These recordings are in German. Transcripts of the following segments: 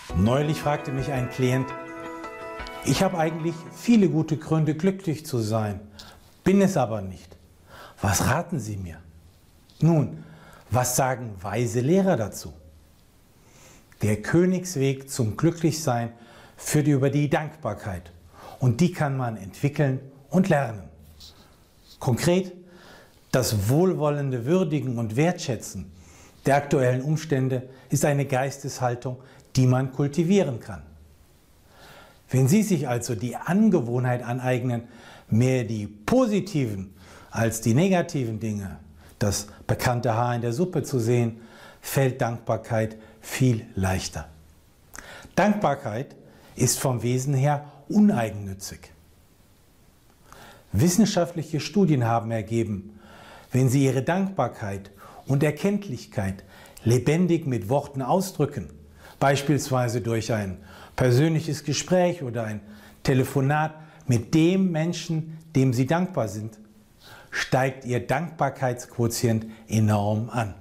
Neulich fragte mich ein Klient: Ich habe eigentlich viele gute Gründe, glücklich zu sein, bin es aber nicht. Was raten Sie mir? Nun, was sagen weise Lehrer dazu? Der Königsweg zum Glücklichsein führt über die Dankbarkeit, und die kann man entwickeln und lernen. Konkret das wohlwollende Würdigen und Wertschätzen der aktuellen Umstände ist eine Geisteshaltung, die man kultivieren kann. Wenn Sie sich also die Angewohnheit aneignen, mehr die positiven als die negativen Dinge, das bekannte Haar in der Suppe zu sehen, fällt Dankbarkeit viel leichter. Dankbarkeit ist vom Wesen her uneigennützig. Wissenschaftliche Studien haben ergeben, wenn Sie Ihre Dankbarkeit und Erkenntlichkeit lebendig mit Worten ausdrücken, beispielsweise durch ein persönliches Gespräch oder ein Telefonat mit dem Menschen, dem Sie dankbar sind, steigt Ihr Dankbarkeitsquotient enorm an.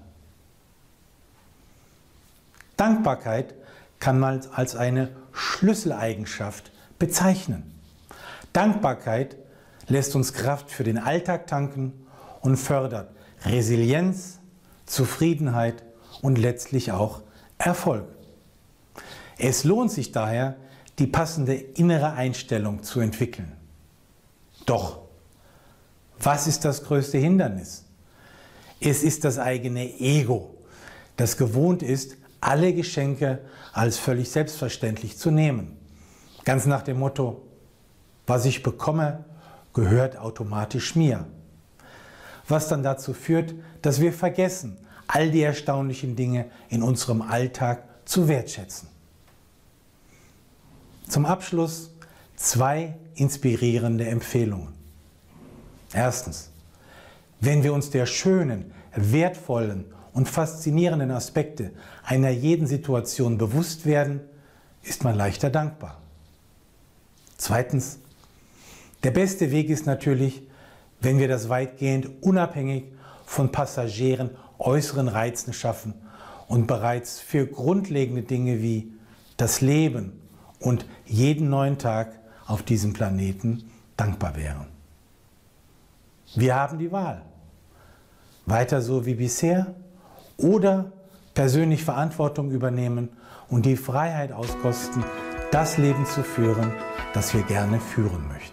Dankbarkeit kann man als eine Schlüsseleigenschaft bezeichnen. Dankbarkeit lässt uns Kraft für den Alltag tanken und fördert Resilienz, Zufriedenheit und letztlich auch Erfolg. Es lohnt sich daher, die passende innere Einstellung zu entwickeln. Doch, was ist das größte Hindernis? Es ist das eigene Ego, das gewohnt ist, alle Geschenke als völlig selbstverständlich zu nehmen. Ganz nach dem Motto: Was ich bekomme, gehört automatisch mir. Was dann dazu führt, dass wir vergessen, all die erstaunlichen Dinge in unserem Alltag zu wertschätzen. Zum Abschluss 2 inspirierende Empfehlungen. Erstens: Wenn wir uns der schönen, wertvollen und faszinierenden Aspekte einer jeden Situation bewusst werden, ist man leichter dankbar. Zweitens: Der beste Weg ist natürlich, wenn wir das weitgehend unabhängig von Passagieren äußeren Reizen schaffen und bereits für grundlegende Dinge wie das Leben und jeden neuen Tag auf diesem Planeten dankbar wären. Wir haben die Wahl: Weiter so wie bisher oder persönlich Verantwortung übernehmen und die Freiheit auskosten, das Leben zu führen, das wir gerne führen möchten.